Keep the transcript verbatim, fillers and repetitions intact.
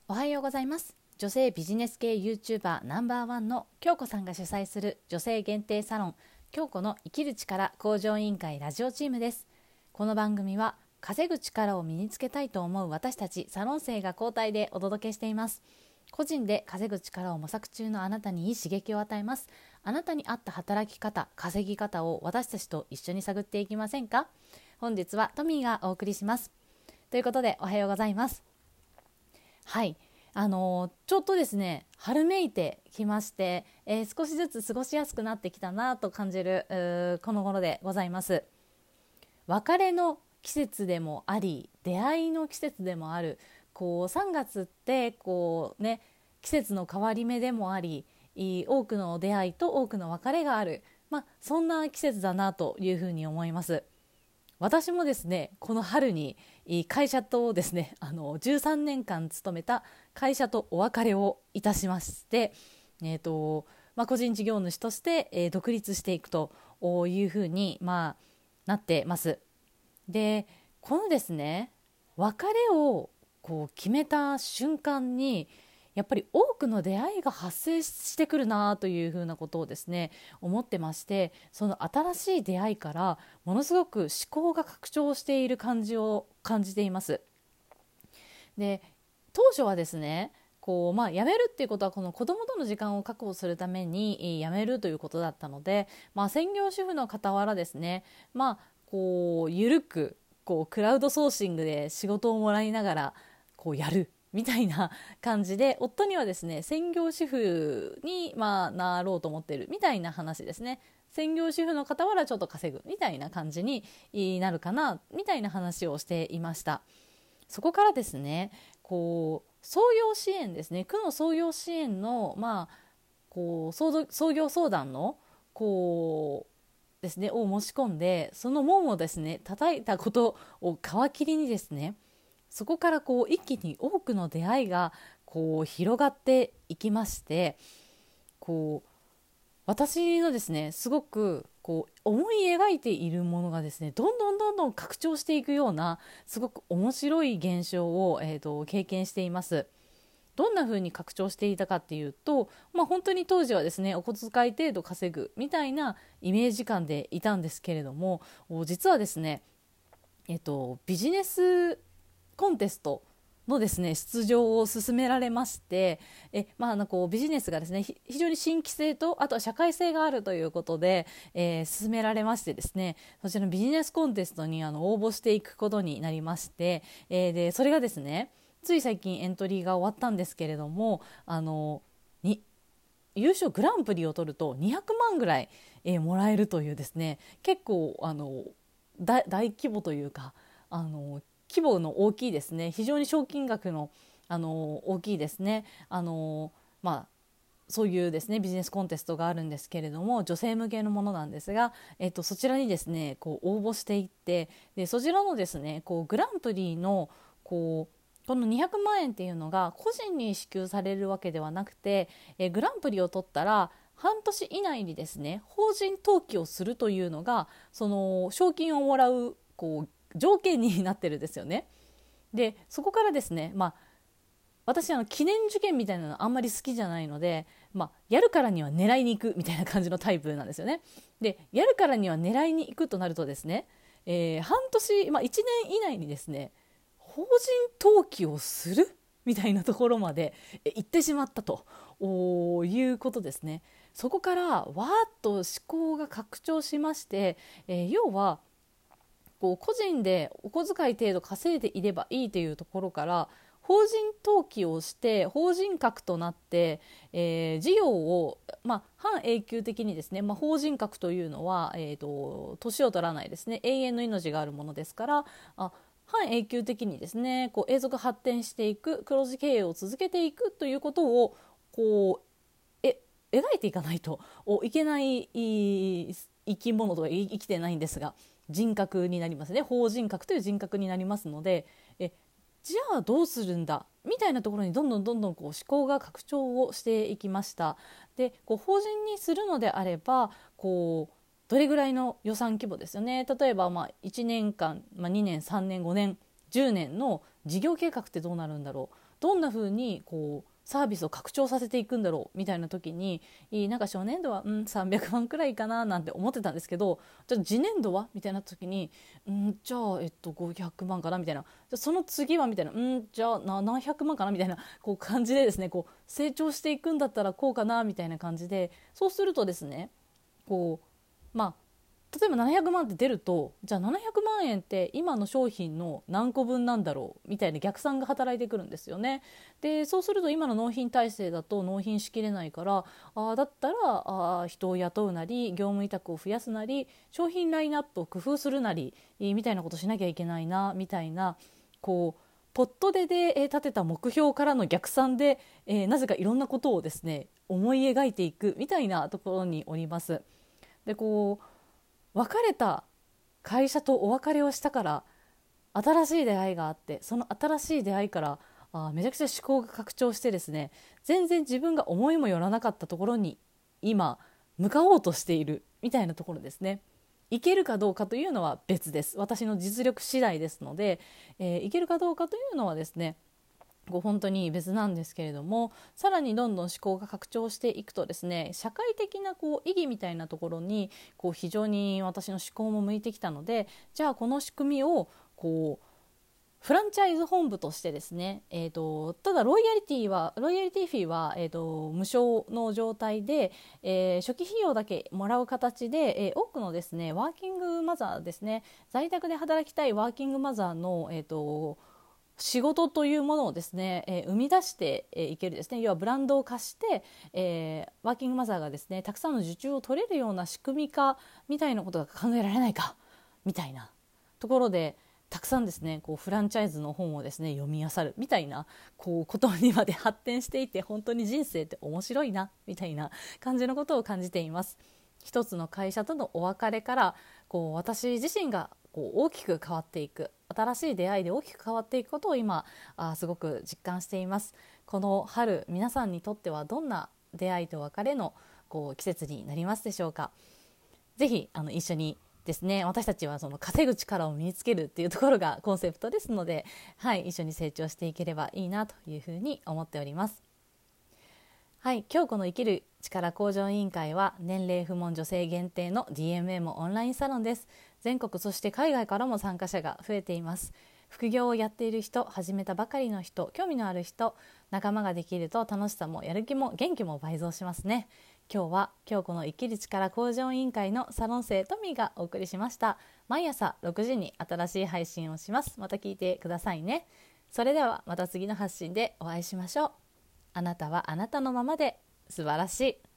おはようございます。女性ビジネス系 YouTuber ナンバーワンの京子さんが主催する女性限定サロン京子の生きる力向上委員会ラジオチームです。この番組は稼ぐ力を身につけたいと思う私たちサロン生が交代でお届けしています。個人で稼ぐ力を模索中のあなたにいい刺激を与えます。あなたに合った働き方、稼ぎ方を私たちと一緒に探っていきませんか。本日はトミーがお送りします。ということでおはようございます。はい、あのー、ちょっとですね春めいてきまして、えー、少しずつ過ごしやすくなってきたなと感じるこの頃でございます。別れの季節でもあり出会いの季節でもあるこうさんがつってこう、ね、季節の変わり目でもあり多くの出会いと多くの別れがある、まあ、そんな季節だなというふうに思います。私もですねこの春に会社とですねあのじゅうさんねんかん勤めた会社とお別れをいたしまして、えーとまあ、個人事業主として、えー、独立していくというふうに、まあ、なってます。でこのですね別れをこう決めた瞬間にやっぱり多くの出会いが発生してくるなというふうなことをですね思ってまして、その新しい出会いからものすごく思考が拡張している感じを感じています。で当初はですねこう、まあ、辞めるっていうことはこの子供との時間を確保するために辞めるということだったので、まあ、専業主婦の傍らですね、まあ、こう緩くこうクラウドソーシングで仕事をもらいながらこうやるみたいな感じで、夫にはですね専業主婦に、まあ、なろうと思っているみたいな話ですね。専業主婦の傍らちょっと稼ぐみたいな感じになるかなみたいな話をしていました。そこからですねこう創業支援ですね、区の創業支援の、まあ、こう創創業相談のこうですねを申し込んで、その門をですね叩いたことを皮切りにですね、そこからこう一気に多くの出会いがこう広がっていきまして、こう私のですねすごくこう思い描いているものがですねどんどんどんどん拡張していくようなすごく面白い現象を、えーと、経験しています。どんな風に拡張していたかっていうと、まあ、本当に当時はですねお小遣い程度稼ぐみたいなイメージ感でいたんですけれども、実はですね、えーと、ビジネスコンテストのですね出場を進められまして、え、まあ、あのこうビジネスがですね非常に新規性とあとは社会性があるということで、えー、進められましてですね、そちらのビジネスコンテストにあの応募していくことになりまして、えー、でそれがですねつい最近エントリーが終わったんですけれども、あのに優勝グランプリを取るとにひゃくまんぐらい、えー、もらえるというですね結構あの大規模というかあの規模の大きいですね、非常に賞金額の、あの大きいですね、あの、まあ、そういうですねビジネスコンテストがあるんですけれども、女性向けのものなんですが、えっと、そちらにですねこう応募していって、でそちらのですねこうグランプリのこうこのにひゃくまんえんっていうのが個人に支給されるわけではなくて、えグランプリを取ったら半年以内にですね法人登記をするというのがその賞金をもらうこう条件になってるんですよね。でそこからですね、まあ、私あの記念受験みたいなのあんまり好きじゃないので、まあ、やるからには狙いに行くみたいな感じのタイプなんですよね。でやるからには狙いに行くとなるとですね、えー、半年、まあ、いちねん以内にですね法人登記をするみたいなところまで行ってしまったということですね。そこからわーっと思考が拡張しまして、えー、要はこう個人でお小遣い程度稼いでいればいいというところから法人登記をして法人格となって、えー、事業を、まあ、半永久的にですね、まあ、法人格というのは、えーと、年を取らないですね永遠の命があるものですから、あ半永久的にですねこう永続発展していく黒字経営を続けていくということをこうえ描いていかないといけない生き物とか生きてないんですが人格になりますね。法人格という人格になりますので、えじゃあどうするんだみたいなところにどんどんどんどんこう思考が拡張をしていきました。でこう法人にするのであればこうどれぐらいの予算規模ですよね。例えばまあいちねんかん、まあ、にねんさんねんごねんじゅうねんの事業計画ってどうなるんだろどんな風にこうサービスを拡張させていくんだろうみたいな時に、なんか初年度は、うん、さんびゃくまんくらいかななんて思ってたんですけど、じゃあ次年度はみたいな時に、うん、じゃあ、えっと、ごひゃくまんかなみたいな、じゃあその次はみたいな、うん、じゃあななひゃくまんかなみたいなこう感じでですね、こう成長していくんだったらこうかなみたいな感じで、そうするとですね、こうまあ例えばななひゃくまんって出ると、じゃあななひゃくまんえんって今の商品の何個分なんだろうみたいな逆算が働いてくるんですよね。でそうすると今の納品体制だと納品しきれないから、あだったらあ人を雇うなり業務委託を増やすなり商品ラインナップを工夫するなりみたいなことしなきゃいけないなみたいな、こうポットでで立てた目標からの逆算で、えー、なぜかいろんなことをですね思い描いていくみたいなところにおります。でこう別れた会社とお別れをしたから新しい出会いがあって、その新しい出会いからあめちゃくちゃ思考が拡張してですね、全然自分が思いもよらなかったところに今向かおうとしているみたいなところですね。いけるかどうかというのは別です。私の実力次第ですので、えー、いけるかどうかというのはですねこう本当に別なんですけれども、さらにどんどん思考が拡張していくとですね、社会的なこう意義みたいなところにこう非常に私の思考も向いてきたので、じゃあこの仕組みをこうフランチャイズ本部としてですね、えーと、ただロイヤリティはロイヤリティフィーは、えーと、無償の状態で、えー、初期費用だけもらう形で、えー、多くのですねワーキングマザーですね、在宅で働きたいワーキングマザーの、えーと仕事というものをですね、えー、生み出していけるですね、要はブランドを貸して、えー、ワーキングマザーがですねたくさんの受注を取れるような仕組み化みたいなことが考えられないかみたいなところで、たくさんですねこうフランチャイズの本をですね読み漁るみたいなこうことにまで発展していて、本当に人生って面白いなみたいな感じのことを感じています。一つの会社とのお別れからこう私自身がこう大きく変わっていく、新しい出会いで大きく変わっていくことを今あすごく実感しています。この春、皆さんにとってはどんな出会いと別れのこう季節になりますでしょうか。ぜひあの一緒にですね、私たちはその稼ぐ力を身につけるっていうところがコンセプトですので、はい、一緒に成長していければいいなというふうに思っております。はい、今日この生きる力向上委員会は年齢不問女性限定の ディーエムエム オンラインサロンです。全国そして海外からも参加者が増えています。副業をやっている人、始めたばかりの人、興味のある人、仲間ができると楽しさもやる気も元気も倍増しますね。今日は今日この生きる力向上委員会のサロン生トミーがお送りしました。毎朝ろくじに新しい配信をします。また聞いてくださいね。それではまた次の発信でお会いしましょう。あなたはあなたのままで素晴らしい。